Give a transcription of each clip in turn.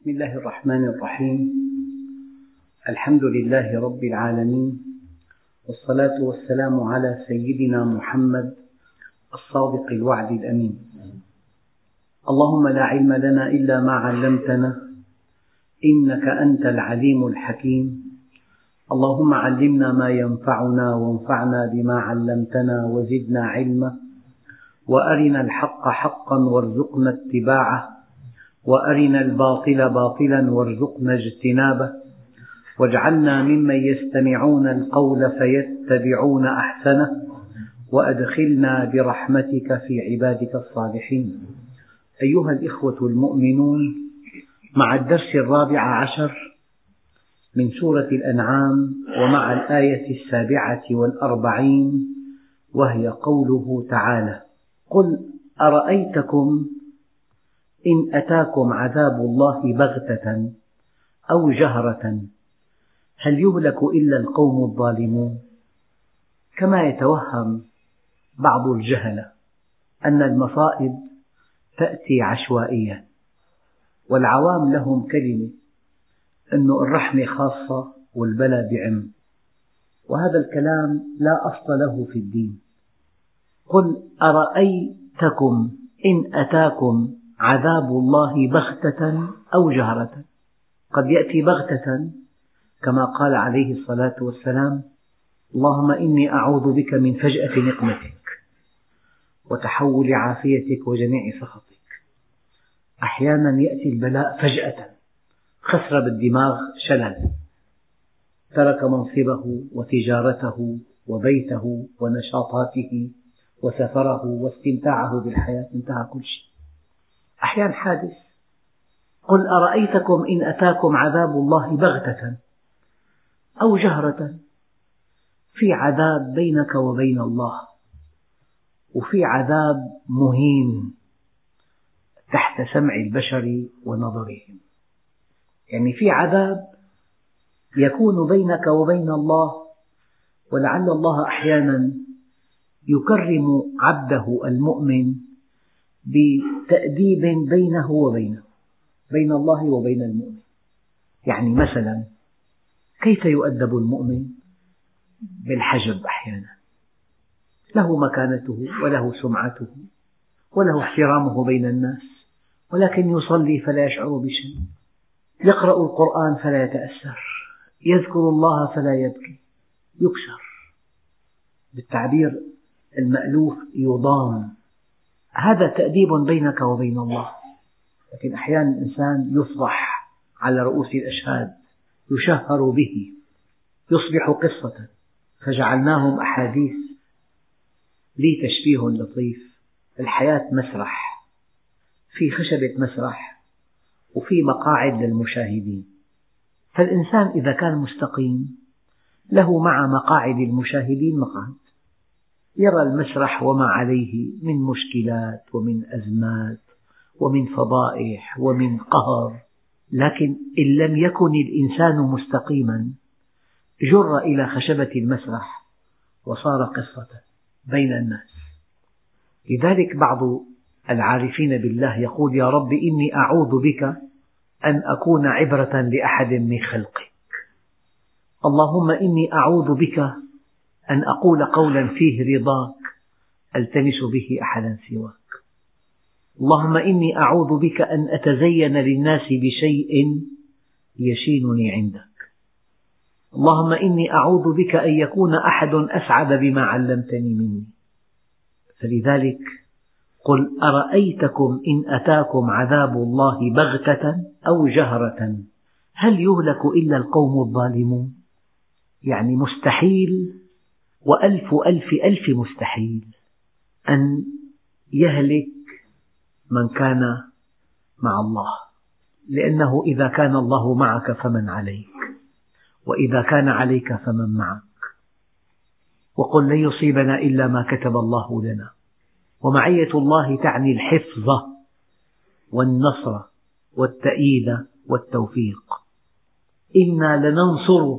بسم الله الرحمن الرحيم. الحمد لله رب العالمين، والصلاة والسلام على سيدنا محمد الصادق الوعد الأمين. اللهم لا علم لنا إلا ما علمتنا إنك أنت العليم الحكيم. اللهم علمنا ما ينفعنا وانفعنا بما علمتنا وزدنا علما، وأرنا الحق حقا وارزقنا اتباعه، وأرنا الباطل باطلا وارزقنا اجتنابه، واجعلنا ممن يستمعون القول فيتبعون أحسنه، وأدخلنا برحمتك في عبادك الصالحين. أيها الإخوة المؤمنون، مع الدرس 14 من سورة الأنعام، ومع الآية 47، وهي قوله تعالى: قل أرأيتكم إن أتاكم عذاب الله بغتة أو جهرة هل يهلك إلا القوم الظالمون؟ كما يتوهم بعض الجهلة أن المصائب تأتي عشوائيا، والعوام لهم كلمة أن الرحمة خاصة والبلاء بعم، وهذا الكلام لا أصل له في الدين. قل أرأيتكم إن أتاكم عذاب الله بغتة أو جهرة. قد يأتي بغتة كما قال عليه الصلاة والسلام: اللهم إني أعوذ بك من فجأة نقمتك وتحول عافيتك وجميع سخطك. أحيانا يأتي البلاء فجأة، خسر بالدماغ شلل، ترك منصبه وتجارته وبيته ونشاطاته وسفره واستمتاعه بالحياة، انتهى كل شيء. أحيانا حادث. قل أرأيتكم إن أتاكم عذاب الله بغتة أو جهرة. في عذاب بينك وبين الله، وفي عذاب مهين تحت سمع البشر ونظرهم. يعني في عذاب يكون بينك وبين الله، ولعل الله أحيانا يكرم عبده المؤمن بتأديب بينه وبينه، بين الله وبين المؤمن. يعني مثلا كيف يؤدب المؤمن؟ بالحجب. أحيانا له مكانته وله سمعته وله احترامه بين الناس، ولكن يصلي فلا يشعر بشيء، يقرأ القرآن فلا يتأثر، يذكر الله فلا يبكي، يكسر، بالتعبير المألوف يضام. هذا تأديب بينك وبين الله. لكن أحيانا الإنسان يفضح على رؤوس الأشهاد، يشهر به، يصبح قصة، فجعلناهم أحاديث. لي تشبيه لطيف: الحياة مسرح، في خشبة مسرح وفي مقاعد للمشاهدين. فالإنسان إذا كان مستقيم له مع مقاعد المشاهدين مقعد، يرى المسرح وما عليه من مشكلات ومن أزمات ومن فضائح ومن قهر. لكن إن لم يكن الإنسان مستقيما جر إلى خشبة المسرح وصار قصة بين الناس. لذلك بعض العارفين بالله يقول: يا رب إني أعوذ بك أن أكون عبرة لأحد من خلقك. اللهم إني أعوذ بك أن أقول قولا فيه رضاك ألتمس به أحدا سواك. اللهم إني أعوذ بك أن أتزين للناس بشيء يشينني عندك. اللهم إني أعوذ بك أن يكون أحد أسعد بما علمتني مني. فلذلك قل أرأيتكم إن أتاكم عذاب الله بغتة أو جهرة هل يهلك إلا القوم الظالمون؟ يعني مستحيل، وألف ألف ألف مستحيل أن يهلك من كان مع الله، لأنه إذا كان الله معك فمن عليك، وإذا كان عليك فمن معك. وقل لن يصيبنا إلا ما كتب الله لنا. ومعية الله تعني الحفظ والنصر والتأييد والتوفيق. إنا لننصر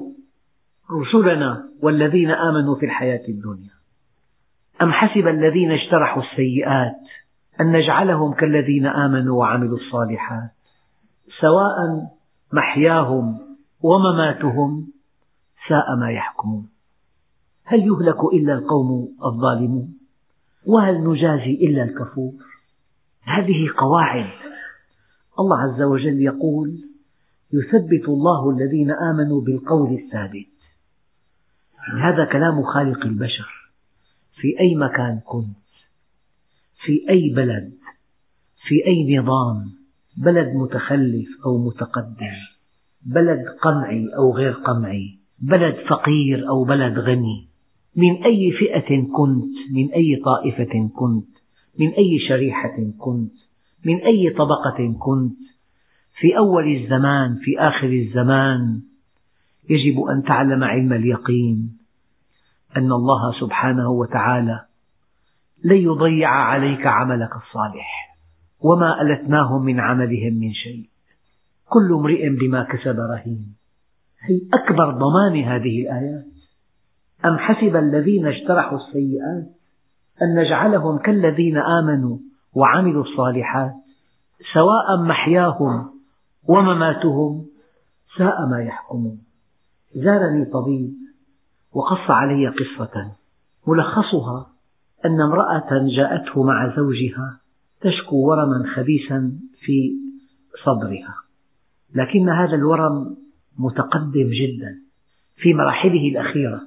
رسلنا والذين آمنوا في الحياة الدنيا. أم حسب الذين اجترحوا السيئات أن نجعلهم كالذين آمنوا وعملوا الصالحات سواء محياهم ومماتهم ساء ما يحكمون. هل يهلك إلا القوم الظالمون؟ وهل نجازي إلا الكفور؟ هذه قواعد. الله عز وجل يقول: يثبت الله الذين آمنوا بالقول الثابت. هذا كلام خالق البشر. في أي مكان كنت، في أي بلد، في أي نظام، بلد متخلف أو متقدم، بلد قمعي أو غير قمعي، بلد فقير أو بلد غني، من أي فئة كنت، من أي طائفة كنت، من أي شريحة كنت، من أي طبقة كنت، في أول الزمان في آخر الزمان، يجب أن تعلم علم اليقين أن الله سبحانه وتعالى لن يضيع عليك عملك الصالح، وما ألتناهم من عملهم من شيء، كل امرئ بما كسب رهين. هي أكبر ضمان هذه الآيات. أم حسب الذين اجترحوا السيئات أن نجعلهم كالذين آمنوا وعملوا الصالحات سواء محياهم ومماتهم ساء ما يحكمون. زارني طبيب وقص علي قصة ملخصها أن امرأة جاءته مع زوجها تشكو ورما خبيثا في صدرها، لكن هذا الورم متقدم جدا في مراحله الأخيرة،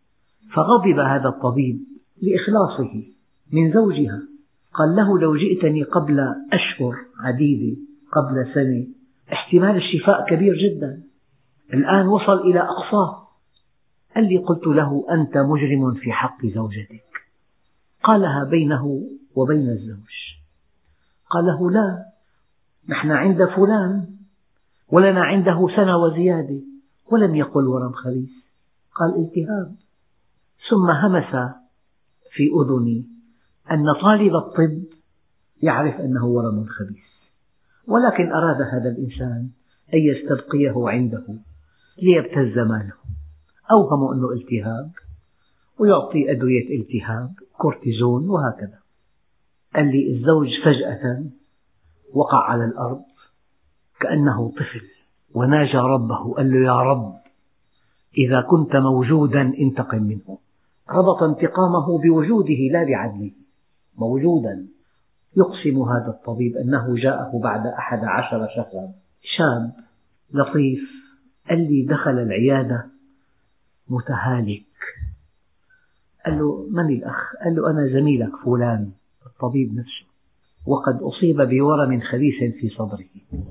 فغضب هذا الطبيب لإخلاصه من زوجها، قال له: لو جئتني قبل أشهر عديدة، قبل سنة، احتمال الشفاء كبير جدا، الآن وصل إلى أقصاه. قال لي: قلت له: أنت مجرم في حق زوجتك. قالها بينه وبين الزوج. قال له: لا، نحن عند فلان ولنا عنده سنة وزيادة، ولم يقل ورم خبيث، قال التهاب. ثم همس في أذني أن طالب الطب يعرف أنه ورم خبيث، ولكن أراد هذا الإنسان أن يستبقيه عنده ليبتز ماله، أوهم أنه التهاب ويعطي أدوية التهاب، كورتيزون وهكذا. قال لي: الزوج فجأة وقع على الأرض كأنه طفل وناجى ربه، قال له: يا رب إذا كنت موجودا انتقم منه. ربط انتقامه بوجوده لا بعدله، موجودا. يقسم هذا الطبيب أنه جاءه بعد 11 شهرا، شاب لطيف. قال لي: دخل العيادة متهالك. قال له: من الأخ؟ قال له: أنا زميلك فلان، الطبيب نفسه، وقد أصيب بورم خبيث في صدره.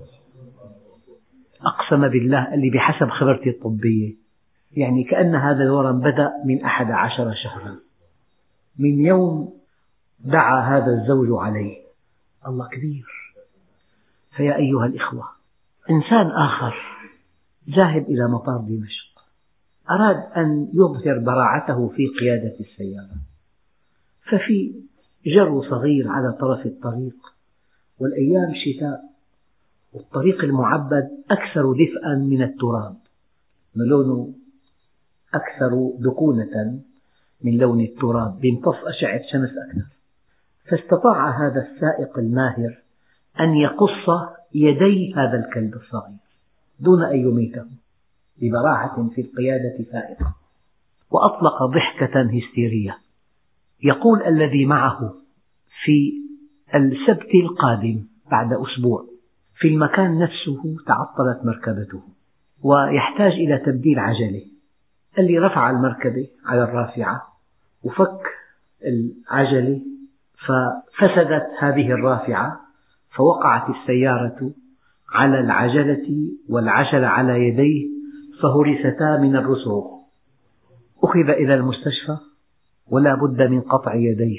أقسم بالله، قال لي: بحسب خبرتي الطبية يعني كأن هذا الورم بدأ من 11 شهرا، من يوم دعا هذا الزوج عليه. الله كبير. فيا أيها الإخوة، إنسان آخر ذاهب إلى مطار دمشق، أراد أن يظهر براعته في قيادة السيارة، ففي جرو صغير على طرف الطريق، والأيام شتاء، والطريق المعبد أكثر دفئا من التراب، لونه أكثر دكونة من لون التراب، بيمتص أشعة شمس أكثر. فاستطاع هذا السائق الماهر أن يقص يدي هذا الكلب الصغير دون أن يميته، ببراعة في القيادة فائقة، وأطلق ضحكة هستيرية. يقول الذي معه: في السبت القادم بعد أسبوع في المكان نفسه تعطلت مركبته ويحتاج إلى تبديل عجلة. قال لي: رفع المركبة على الرافعة وفك العجلة، ففسدت هذه الرافعة، فوقعت السيارة على العجلة والعجلة على يديه، فهرستا من الرسوغ. أخذ إلى المستشفى ولا بد من قطع يديه،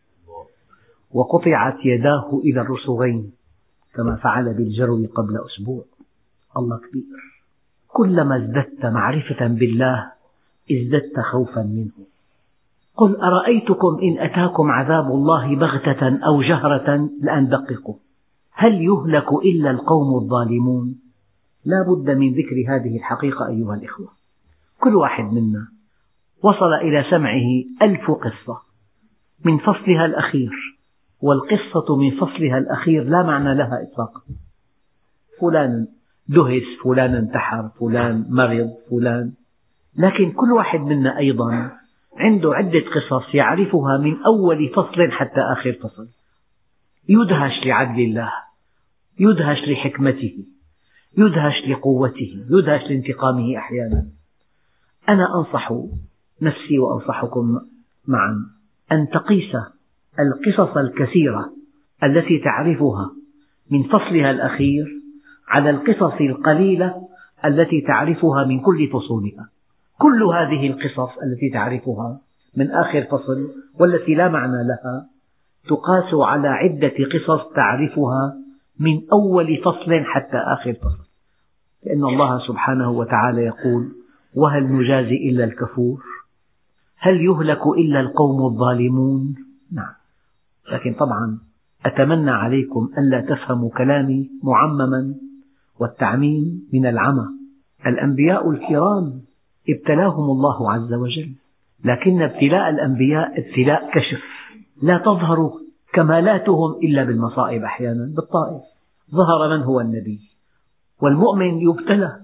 وقطعت يداه إلى الرسغين كما فعل بالجرو قبل أسبوع. الله كبير. كلما ازددت معرفة بالله ازددت خوفا منه. قل أرأيتكم إن أتاكم عذاب الله بغتة أو جهرة لأن دققوا هل يهلك إلا القوم الظالمون؟ لا بد من ذكر هذه الحقيقة أيها الإخوة. كل واحد منا وصل إلى سمعه 1000 قصة من فصلها الأخير، والقصة من فصلها الأخير لا معنى لها إطلاقا. فلان دهس، فلان انتحر، فلان مرض، فلان. لكن كل واحد منا أيضا عنده عدة قصص يعرفها من أول فصل حتى آخر فصل، يدهش لعدل الله، يدهش لحكمته، يدهش لقوته، يدهش لانتقامه أحيانا. أنا أنصح نفسي وأنصحكم معا أن تقيس القصص الكثيرة التي تعرفها من فصلها الأخير على القصص القليلة التي تعرفها من كل فصولها. كل هذه القصص التي تعرفها من آخر فصل والتي لا معنى لها تقاس على عدة قصص تعرفها من أول فصل حتى آخر فصل، لأن الله سبحانه وتعالى يقول: وهل نجازي إلا الكفور؟ هل يهلك إلا القوم الظالمون؟ نعم. لكن طبعا أتمنى عليكم ألا تفهموا كلامي معمما، والتعميم من العمى. الأنبياء الكرام ابتلاهم الله عز وجل، لكن ابتلاء الأنبياء ابتلاء كشف، لا تظهر كمالاتهم إلا بالمصائب. أحيانا بالطائف ظهر من هو النبي، والمؤمن يبتلى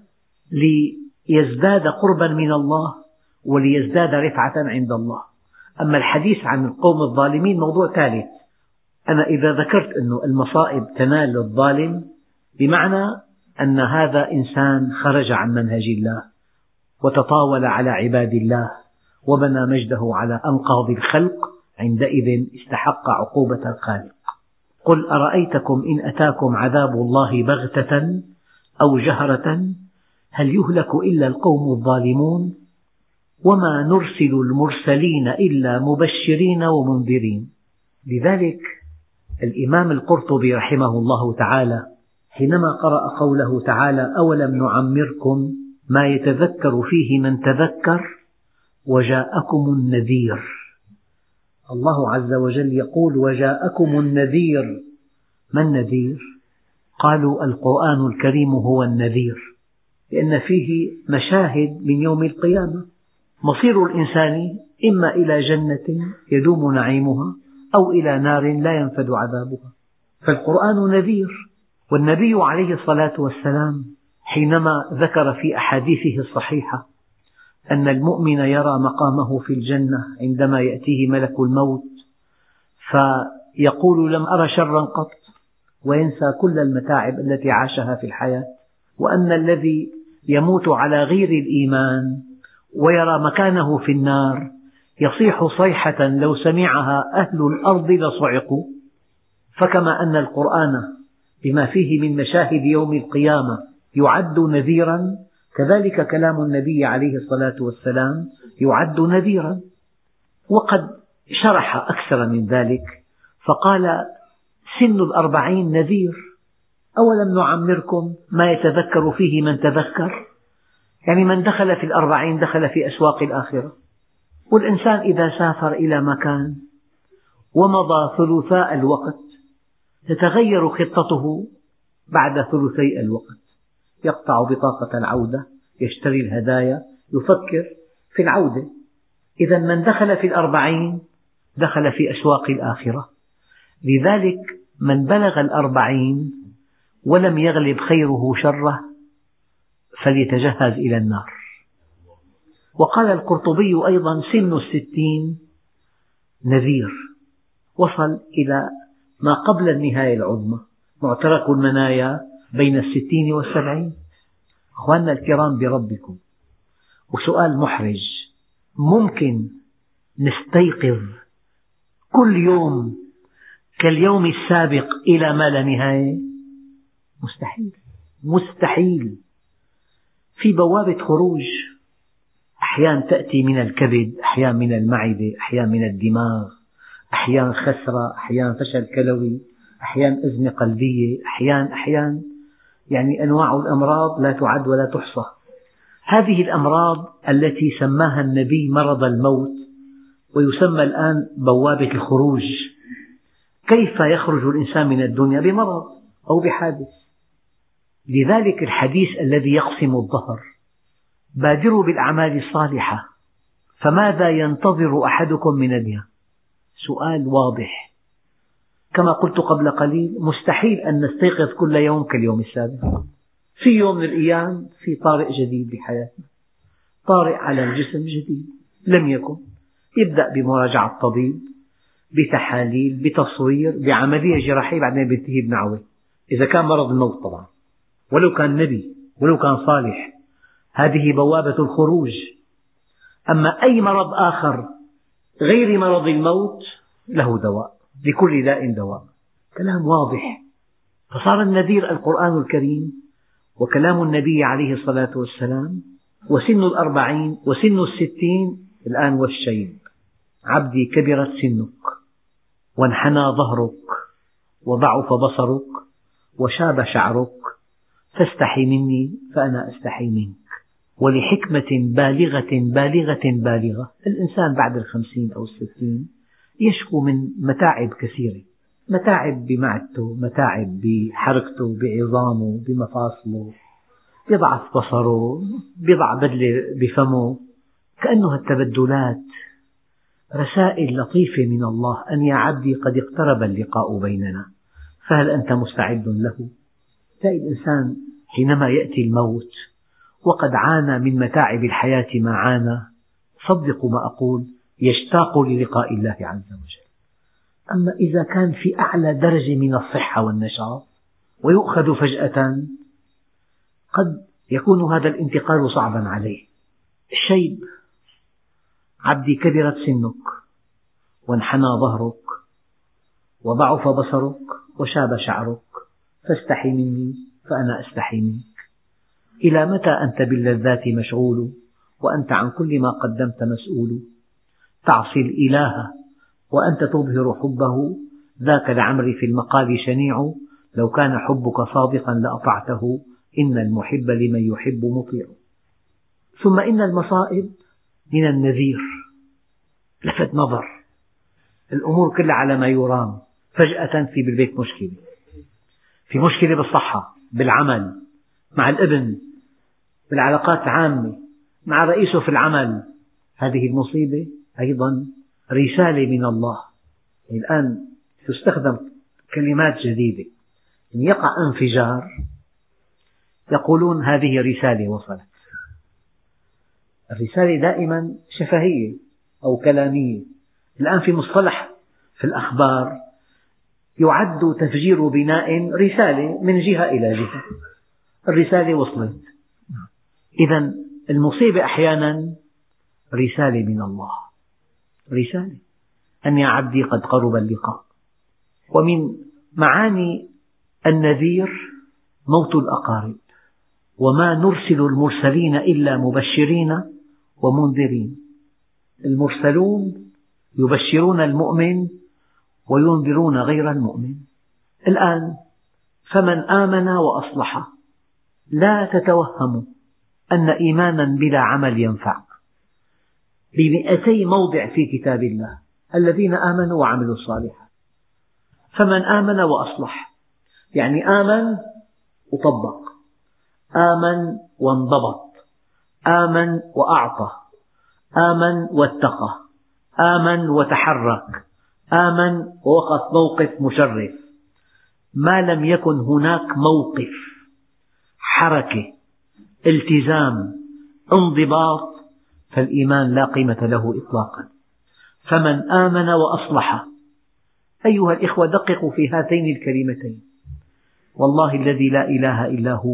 ليزداد قربا من الله وليزداد رفعة عند الله. أما الحديث عن القوم الظالمين موضوع ثالث. أنا إذا ذكرت أن المصائب تنال الظالم بمعنى أن هذا إنسان خرج عن منهج الله وتطاول على عباد الله وبنى مجده على أنقاض الخلق، عندئذ استحق عقوبة الخالق. قل أرأيتكم إن أتاكم عذاب الله بغتة أو جهرة هل يهلك إلا القوم الظالمون وما نرسل المرسلين إلا مبشرين ومنذرين. لذلك الإمام القرطبي رحمه الله تعالى حينما قرأ قوله تعالى: أولم نعمركم ما يتذكر فيه من تذكر وجاءكم النذير. الله عز وجل يقول: وجاءكم النذير. ما النذير؟ قالوا: القرآن الكريم هو النذير، لأن فيه مشاهد من يوم القيامة. مصير الإنسان إما إلى جنة يدوم نعيمها أو إلى نار لا ينفد عذابها، فالقرآن نذير. والنبي عليه الصلاة والسلام حينما ذكر في أحاديثه الصحيحة أن المؤمن يرى مقامه في الجنة عندما يأتيه ملك الموت فيقول: لم أر شرا قط، وينسى كل المتاعب التي عاشها في الحياة، وأن الذي يموت على غير الإيمان ويرى مكانه في النار يصيح صيحة لو سمعها أهل الأرض لصعقوا. فكما أن القرآن بما فيه من مشاهد يوم القيامة يعد نذيرا، كذلك كلام النبي عليه الصلاة والسلام يعد نذيرا. وقد شرح أكثر من ذلك فقال: سن 40 نذير. أولم نعمركم ما يتذكر فيه من تذكر، يعني من دخل في 40 دخل في أسواق الآخرة. والإنسان إذا سافر إلى مكان ومضى ثلثاء الوقت تتغير خطته بعد ثلثي الوقت، يقطع بطاقة العودة، يشتري الهدايا، يفكر في العودة. إذا من دخل في 40 دخل في أسواق الآخرة. لذلك من بلغ 40 ولم يغلب خيره شره فليتجهز إلى النار. وقال القرطبي أيضا: سن 60 نذير، وصل إلى ما قبل النهاية العظمى، معترك المنايا بين 60 و70. أخواننا الكرام بربكم، وسؤال محرج: ممكن نستيقظ كل يوم كاليوم السابق إلى ما لا نهاية؟ مستحيل، مستحيل. في بوابة خروج، أحيانا تأتي من الكبد، أحيانا من المعدة، أحيانا من الدماغ، أحيانا خسرة، أحيانا فشل كلوي، أحيانا أزمة قلبية، أحيانا يعني أنواع الأمراض لا تعد ولا تحصى. هذه الأمراض التي سماها النبي مرض الموت ويسمى الآن بوابة الخروج. كيف يخرج الإنسان من الدنيا؟ بمرض أو بحادث. لذلك الحديث الذي يقسم الظهر: بادروا بالأعمال الصالحة فماذا ينتظر أحدكم من الدنيا؟ سؤال واضح. كما قلت قبل قليل، مستحيل أن نستيقظ كل يوم كاليوم السابق. في يوم من الأيام في طارئ جديد بحياتنا، طارئ على الجسم جديد لم يكن، يبدأ بمراجعة طبيب، بتحاليل، بتصوير، بعملية جراحية، بعدين بينتهي بنعوة، إذا كان مرض الموت طبعا، ولو كان نبي ولو كان صالح، هذه بوابة الخروج. أما أي مرض آخر غير مرض الموت له دواء، لكل داء دواء، كلام واضح. فصار النذير القرآن الكريم وكلام النبي عليه الصلاة والسلام، وسن 40 وسن 60 الآن والشيب. عبدي كبرت سنك وانحنى ظهرك وضعف بصرك وشاب شعرك، فاستحي مني فأنا أستحي منك. ولحكمة بالغة بالغة بالغة، الإنسان بعد 50 أو 60 يشكو من متاعب كثيرة، متاعب بمعدته، متاعب بحركته، بعظامه، بمفاصله، يضعف بصره، يضع بدلة بفمه، كأنها التبدلات رسائل لطيفة من الله أن يا عبدي قد اقترب اللقاء بيننا، فهل أنت مستعد له؟ تلاقي الإنسان حينما يأتي الموت وقد عانى من متاعب الحياة ما عانى، صدقوا ما أقول، يشتاق للقاء الله عز وجل. أما إذا كان في أعلى درجة من الصحة والنشاط ويؤخذ فجأة، قد يكون هذا الانتقال صعبا عليه. الشيب، عبدي كبرت سنك وانحنى ظهرك وضعف بصرك وشاب شعرك، فاستحي مني فأنا أستحي منك. إلى متى أنت باللذات مشغول وأنت عن كل ما قدمت مسؤول؟ تعصي الإله وأنت تظهر حبه، ذاك لعمري في المقال شنيع، لو كان حبك صادقا لأطعته، إن المحب لمن يحب مطيع. ثم إن المصائب من النذير، لفت نظر، الأمور كلها على ما يرام، فجأة في بالبيت مشكلة، في مشكلة بالصحة، بالعمل، مع الابن، بالعلاقات العامة، مع رئيسه في العمل. هذه المصيبة أيضا رسالة من الله. الآن تستخدم كلمات جديدة، إن يقع انفجار يقولون هذه رسالة وصلت. الرسالة دائما شفهية أو كلامية. الآن في مصطلح في الأخبار يعد تفجير بناء رسالة من جهة إلى جهة، الرسالة وصلت. إذا المصيبة أحيانا رسالة من الله، رسالة أن يا عبدي قد قرب اللقاء. ومن معاني النذير موت الأقارب، وما نرسل المرسلين إلا مبشرين ومنذرين. المرسلون يبشرون المؤمن وينذرون غير المؤمن. الآن فمن آمن وأصلح، لا تتوهموا أن إيمانا بلا عمل ينفع. ب200 موضع في كتاب الله الذين آمنوا وعملوا الصالحات. فمن آمن وأصلح يعني آمن وطبق، آمن وانضبط، آمن وأعطى، آمن واتقى، آمن وتحرك، آمن ووقف موقف مشرف. ما لم يكن هناك موقف، حركة، التزام، انضباط، فالإيمان لا قيمة له إطلاقا. فمن آمن وأصلح. أيها الإخوة، دققوا في هاتين الكلمتين، والله الذي لا إله إلا هو،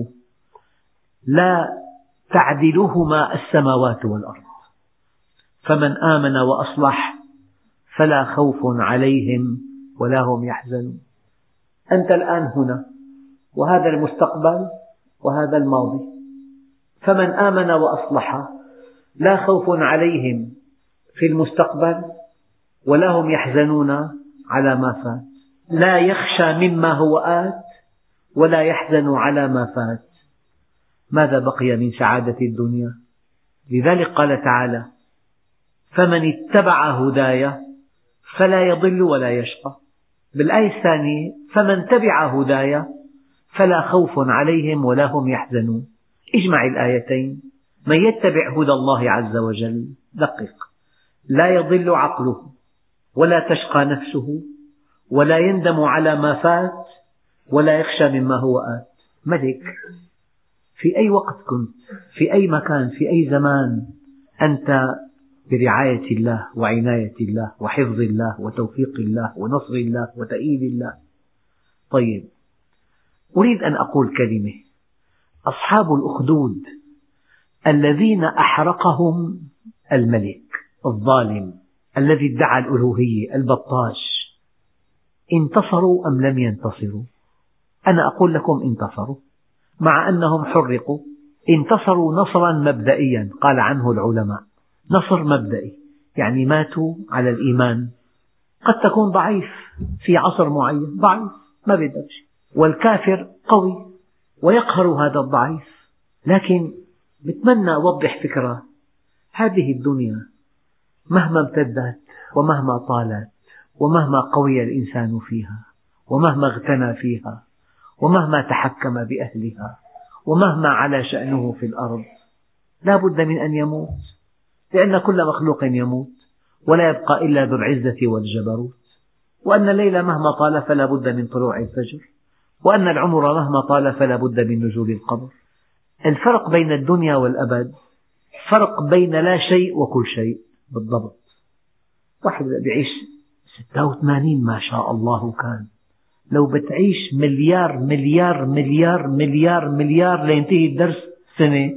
لا تعدلهما السماوات والأرض. فمن آمن وأصلح فلا خوف عليهم ولا هم يحزنون. أنت الآن هنا، وهذا المستقبل وهذا الماضي. فمن آمن وأصلح لا خوف عليهم في المستقبل ولا هم يحزنون على ما فات. لا يخشى مما هو آت ولا يحزن على ما فات. ماذا بقي من سعادة الدنيا؟ لذلك قال تعالى: فمن اتبع هداي فلا يضل ولا يشقى. بالآية الثانية: فمن تبع هداي فلا خوف عليهم ولا هم يحزنون. اجمع الآيتين. من يتبع هدى الله عز وجل، دقق، لا يضل عقله ولا تشقى نفسه ولا يندم على ما فات ولا يخشى مما هو آت. ملك. في أي وقت كنت، في أي مكان، في أي زمان، أنت برعاية الله وعناية الله وحفظ الله وتوفيق الله ونصر الله وتأييد الله. طيب، أريد أن أقول كلمة. أصحاب الأخدود الذين أحرقهم الملك الظالم الذي ادعى الألوهية البطاش، انتصروا أم لم ينتصروا؟ أنا أقول لكم انتصروا، مع أنهم حرقوا. انتصروا نصرا مبدئيا قال عنه العلماء، نصر مبدئي، يعني ماتوا على الإيمان. قد تكون ضعيف في عصر معين، ضعيف ما بدك شيء، والكافر قوي ويقهر هذا الضعيف. لكن بتمنى أوضح فكرة. هذه الدنيا مهما امتدت ومهما طالت ومهما قوي الإنسان فيها ومهما اغتنى فيها ومهما تحكم بأهلها ومهما علا شأنه في الأرض، لا بد من أن يموت، لأن كل مخلوق يموت ولا يبقى إلا ذو العزة والجبروت، وأن الليل مهما طال فلا بد من طلوع الفجر، وأن العمر مهما طال فلا بد من نزول القبر. الفرق بين الدنيا والأبد فرق بين لا شيء وكل شيء بالضبط. واحد يعيش 86 ما شاء الله كان، لو بتعيش مليار مليار مليار مليار مليار لينتهي الدرس سنة،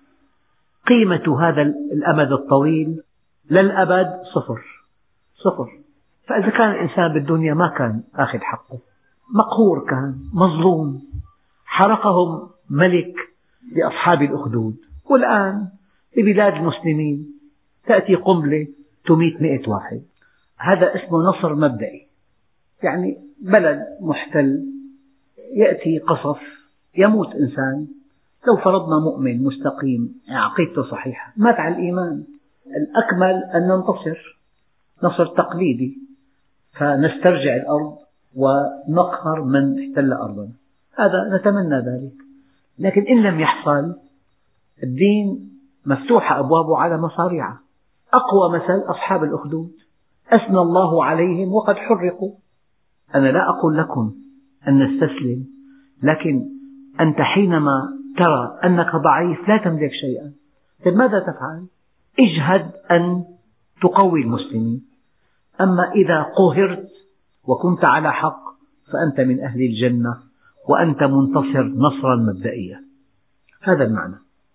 قيمة هذا الأمد الطويل للأبد صفر. فإذا كان الإنسان بالدنيا ما كان أخذ حقه، مقهور، كان مظلوم، حرقهم ملك لأصحاب الأخدود. والآن ببلاد المسلمين تأتي قنبلة تميت 100 واحد، هذا اسمه نصر مبدئي. يعني بلد محتل يأتي قصف يموت إنسان، لو فرضنا مؤمن مستقيم عقيدته صحيحة مات على الإيمان، الأكمل أن ننتصر نصر تقليدي، فنسترجع الأرض ونقهر من احتل أرضنا، هذا نتمنى ذلك. لكن إن لم يحصل، الدين مفتوحة أبوابه على مصاريعه. أقوى مثل أصحاب الأخدود، أثنى الله عليهم وقد حرقوا. أنا لا أقول لكم أن نستسلم، لكن أنت حينما ترى أنك ضعيف لا تملك شيئا، ماذا تفعل؟ اجهد أن تقوي المسلمين. أما إذا قهرت وكنت على حق فأنت من أهل الجنة وأنت منتصر نصرا مبدئيا. هذا المعنى.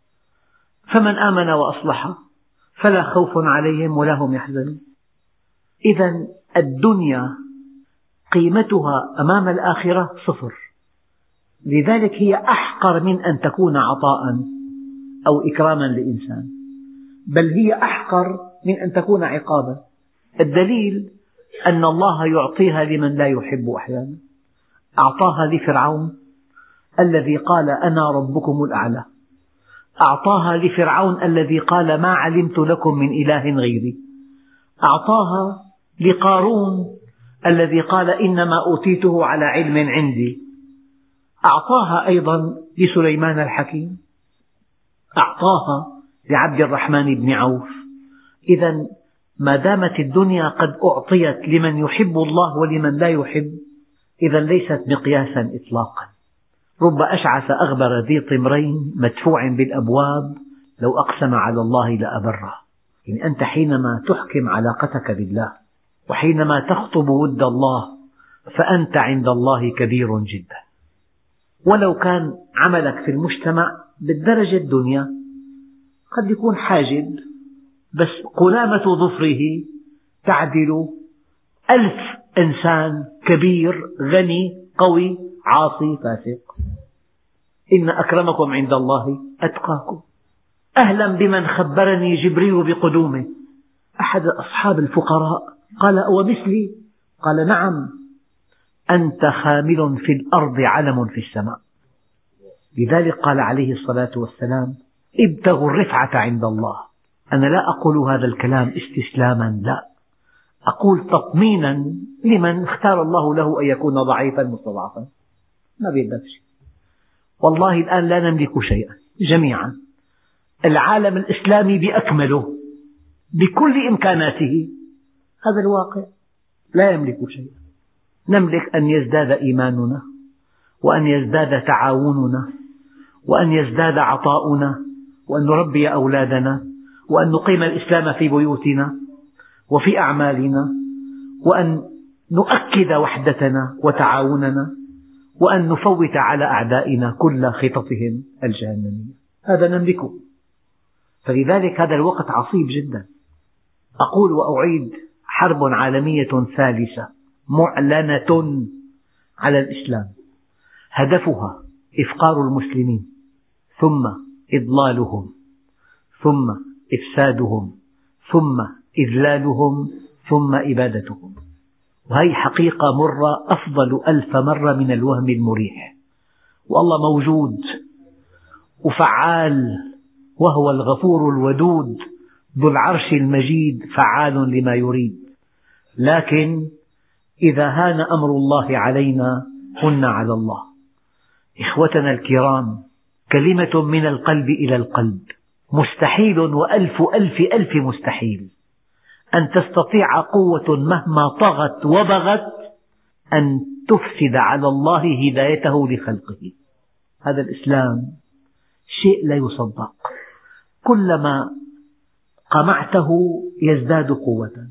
فمن آمن وأصلح فلا خوف عليهم ولا هم يحزنون. إذن الدنيا قيمتها أمام الآخرة صفر، لذلك هي أحقر من أن تكون عطاء أو إكراما لإنسان، بل هي أحقر من أن تكون عقابا. الدليل أن الله يعطيها لمن لا يحب أحيانا. أعطاها لفرعون الذي قال أنا ربكم الأعلى، أعطاها لفرعون الذي قال ما علمت لكم من إله غيري، أعطاها لقارون الذي قال إنما أوتيته على علم عندي، أعطاها أيضا لسليمان الحكيم، أعطاها لعبد الرحمن بن عوف. إذن ما دامت الدنيا قد أعطيت لمن يحب الله ولمن لا يحب، إذن ليست مقياسا إطلاقا. رب أشعث أغبر ذي طمرين مدفوع بالأبواب لو أقسم على الله لأبره. يعني أنت حينما تحكم علاقتك بالله وحينما تخطب ود الله فأنت عند الله كبير جدا، ولو كان عملك في المجتمع بالدرجة الدنيا قد يكون حاجب، بس قلامة ظفره تعدل 1000 إنسان كبير غني قوي عاصي فاسق. إن أكرمكم عند الله أتقاكم. أهلا بمن خبرني جبريل بقدومه. أحد أصحاب الفقراء قال أو مثلي؟ قال نعم، أنت خامل في الأرض علم في السماء. لذلك قال عليه الصلاة والسلام ابتغوا الرفعة عند الله. أنا لا أقول هذا الكلام استسلاما، لا، أقول تطمينا لمن اختار الله له أن يكون ضعيفا مستضعفا، ما بيقدر شيء. والله الآن لا نملك شيئا جميعا، العالم الإسلامي بأكمله بكل إمكاناته، هذا الواقع، لا يملك شيئا. نملك أن يزداد إيماننا، وأن يزداد تعاوننا، وأن يزداد عطاؤنا، وأن نربي أولادنا، وأن نقيم الإسلام في بيوتنا وفي أعمالنا، وأن نؤكد وحدتنا وتعاوننا، وأن نفوت على أعدائنا كل خططهم الجهنمية. هذا نملكه. فلذلك هذا الوقت عصيب جدا. أقول وأعيد: حرب عالمية ثالثة معلنة على الإسلام، هدفها إفقار المسلمين، ثم إضلالهم، ثم إفسادهم، ثم إذلالهم، ثم إبادتهم. وهي حقيقة مرة أفضل 1000 مرة من الوهم المريح. والله موجود وفعال، وهو الغفور الودود ذو العرش المجيد، فعال لما يريد. لكن إذا هان أمر الله علينا هن على الله. إخوتنا الكرام، كلمة من القلب إلى القلب، مستحيل وألف ألف ألف مستحيل أن تستطيع قوة مهما طغت وبغت أن تفسد على الله هدايته لخلقه. هذا الإسلام شيء لا يصدق، كلما قمعته يزداد قوة.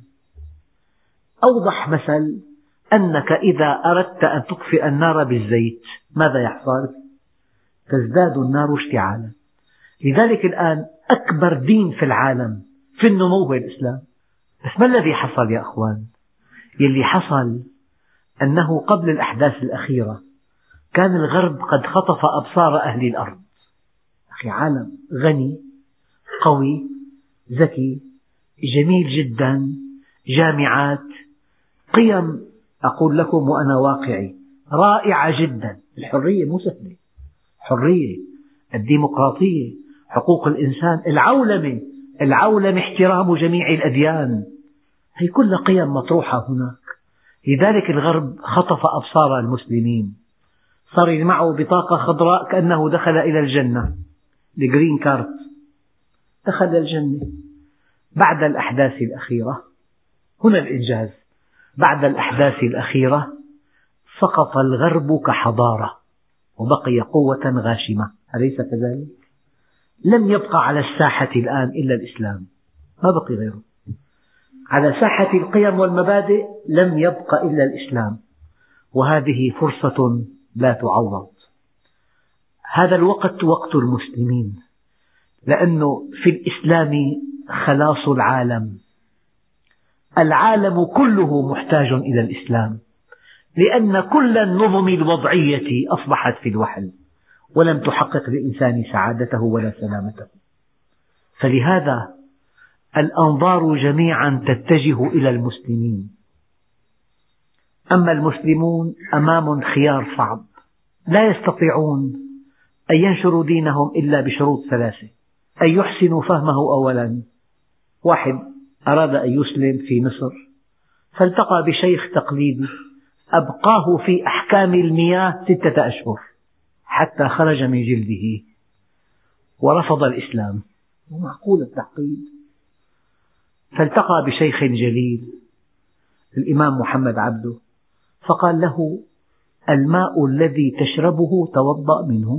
أوضح مثل أنك إذا أردت أن تطفئ النار بالزيت ماذا يحصل؟ تزداد النار اشتعالا. لذلك الآن أكبر دين في العالم في النمو هو الإسلام. بس ما الذي حصل يا أخوان؟ يلي حصل أنه قبل الأحداث الأخيرة كان الغرب قد خطف أبصار أهل الأرض. أخي، عالم غني قوي ذكي جميل جدا، جامعات، قيم، أقول لكم وأنا واقعي، رائعة جدا. الحرية مو سهلة، حرية، الديمقراطية، حقوق الإنسان، العولمة، احترام جميع الأديان، هي كلها قيم مطروحة هناك. لذلك الغرب خطف أبصار المسلمين، صار معه بطاقة خضراء كأنه دخل إلى الجنة، الجرين كارت، دخل الجنة. بعد الأحداث الأخيرة، هنا الإنجاز، بعد الأحداث الأخيرة سقط الغرب كحضارة وبقي قوة غاشمة، أليس كذلك؟ لم يبقى على الساحة الآن إلا الإسلام، ما بقي غيره. على ساحة القيم والمبادئ لم يبق إلا الإسلام، وهذه فرصة لا تعوض. هذا الوقت وقت المسلمين، لأنه في الإسلام خلاص العالم. العالم كله محتاج إلى الإسلام، لأن كل النظم الوضعية أصبحت في الوحل، ولم تحقق للإنسان سعادته ولا سلامته. فلهذا الأنظار جميعا تتجه إلى المسلمين. أما المسلمون أمام خيار صعب، لا يستطيعون أن ينشروا دينهم إلا بشروط 3: أن يحسنوا فهمه أولا. واحد أراد أن يسلم في مصر، فالتقى بشيخ تقليدي أبقاه في أحكام المياه 6 أشهر حتى خرج من جلده ورفض الإسلام. معقول التعقيد؟ فالتقى بشيخ جليل الإمام محمد عبده، فقال له: الماء الذي تشربه توضأ منه.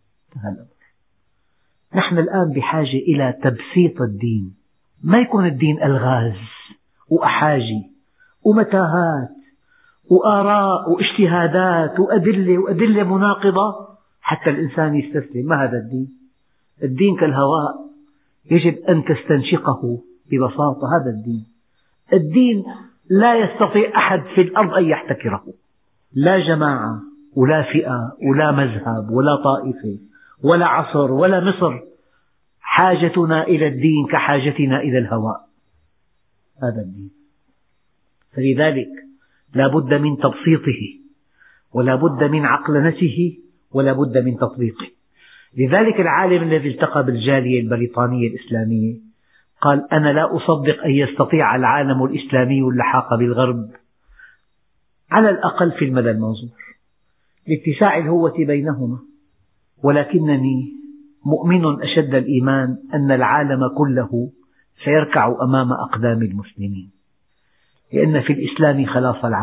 نحن الآن بحاجة إلى تبسيط الدين، ما يكون الدين ألغاز وأحاجي ومتاهات وآراء واجتهادات وأدلة مناقضة حتى الإنسان يستسلم. ما هذا الدين؟ الدين كالهواء، يجب أن تستنشقه ببساطة. هذا الدين لا يستطيع أحد في الأرض أن يحتكره، لا جماعة ولا فئة ولا مذهب ولا طائفة ولا عصر ولا مصر. حاجتنا إلى الدين كحاجتنا إلى الهواء، هذا الدين. فلذلك لا بد من تبسيطه، ولا بد من عقلنته، ولا بد من تطبيقه. لذلك العالم الذي التقى بالجالية البريطانية الإسلامية قال: أنا لا أصدق أن يستطيع العالم الإسلامي اللحاق بالغرب، على الأقل في المدى المنظور، لاتساع الهوة بينهما، ولكنني مؤمن أشد الإيمان أن العالم كله سيركع أمام أقدام المسلمين، لأن في الإسلام خلاص العالم.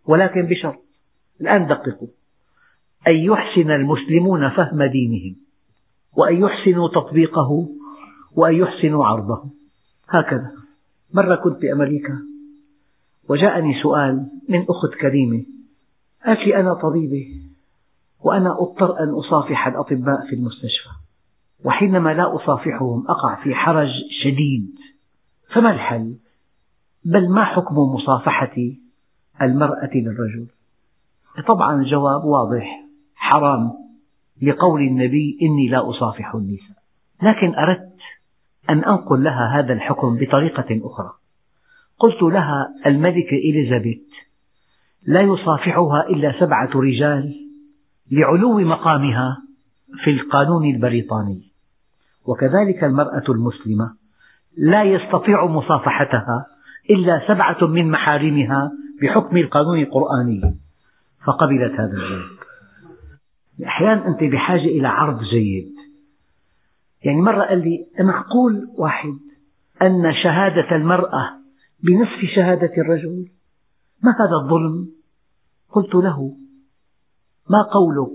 ولكن بشرط. الآن دققوا: أن يحسن المسلمون فهم دينهم، وأن يحسنوا تطبيقه، وأن يحسنوا عرضه. هكذا. مرة كنت بأمريكا وجاءني سؤال من أخت كريمة، قالت لي: أنا طبيبة وأنا أضطر أن أصافح الأطباء في المستشفى، وحينما لا أصافحهم أقع في حرج شديد، فما الحل؟ بل ما حكم مصافحة المرأة للرجل؟ طبعا الجواب واضح: حرام، لقول النبي: إني لا أصافح النساء. لكن أردت أن أنقل لها هذا الحكم بطريقة أخرى. قلت لها: الملكة إليزابيث لا يصافحها إلا 7 رجال لعلو مقامها في القانون البريطاني، وكذلك المرأة المسلمة لا يستطيع مصافحتها إلا 7 من محارمها بحكم القانون القرآني. فقبلت هذا الجواب. أحيانا أنت بحاجة إلى عرض جيد. يعني مرة قال لي: معقول واحد أن شهادة المرأة بنصف شهادة الرجل؟ ما هذا الظلم؟ قلت له: ما قولك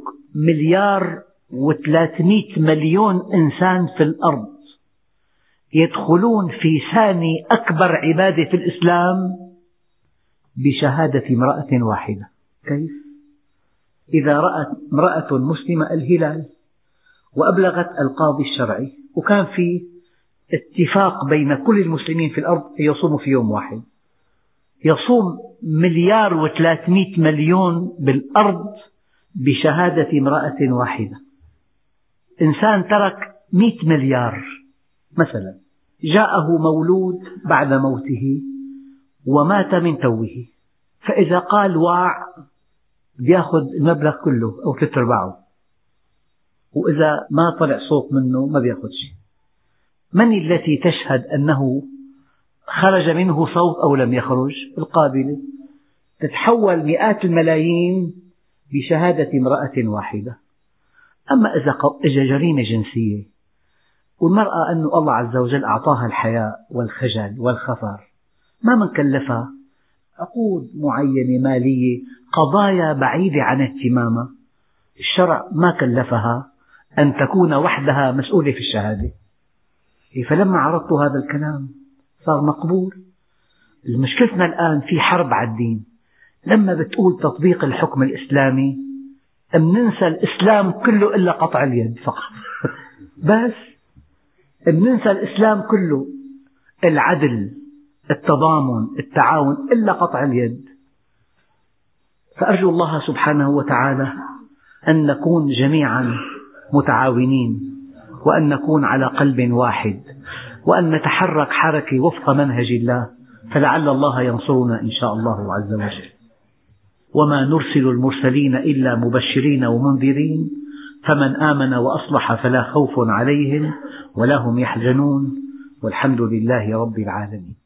1,300,000,000 إنسان في الأرض يدخلون في ثاني أكبر عبادة في الإسلام بشهادة امرأة واحدة؟ كيف؟ إذا رأت امرأة مسلمة الهلال وأبلغت القاضي الشرعي وكان في اتفاق بين كل المسلمين في الأرض يصوموا في يوم واحد، يصوم 1,300,000,000 بالأرض بشهادة امرأة واحدة. إنسان ترك 100 مليار مثلا، جاءه مولود بعد موته ومات من توه، فإذا قال واع يأخذ المبلغ كله أو 3/4، وإذا ما طلع صوت منه ما بيأخذ شيء. من التي تشهد أنه خرج منه صوت أو لم يخرج؟ القابلة. تتحول مئات الملايين بشهادة امرأة واحدة. أما إذا أجى جريمة جنسية والمرأة أن الله عز وجل أعطاها الحياء والخجل والخفر، ما من كلفها عقود معينة مالية، قضايا بعيدة عن اهتمامها، الشرع ما كلفها أن تكون وحدها مسؤولة في الشهادة. فلما عرضت هذا الكلام صار مقبول. مشكلتنا الآن في حرب على الدين. لما بتقول تطبيق الحكم الإسلامي بننسى الإسلام كله إلا قطع اليد فقط. بس بننسى الإسلام كله، العدل، التضامن، التعاون، إلا قطع اليد. فأرجو الله سبحانه وتعالى أن نكون جميعا متعاونين، وأن نكون على قلب واحد، وأن نتحرك حركة وفق منهج الله، فلعل الله ينصرنا إن شاء الله عز وجل. وما نرسل المرسلين إلا مبشرين ومنذرين، فمن آمن وأصلح فلا خوف عليهم ولا هم يحزنون، والحمد لله رب العالمين.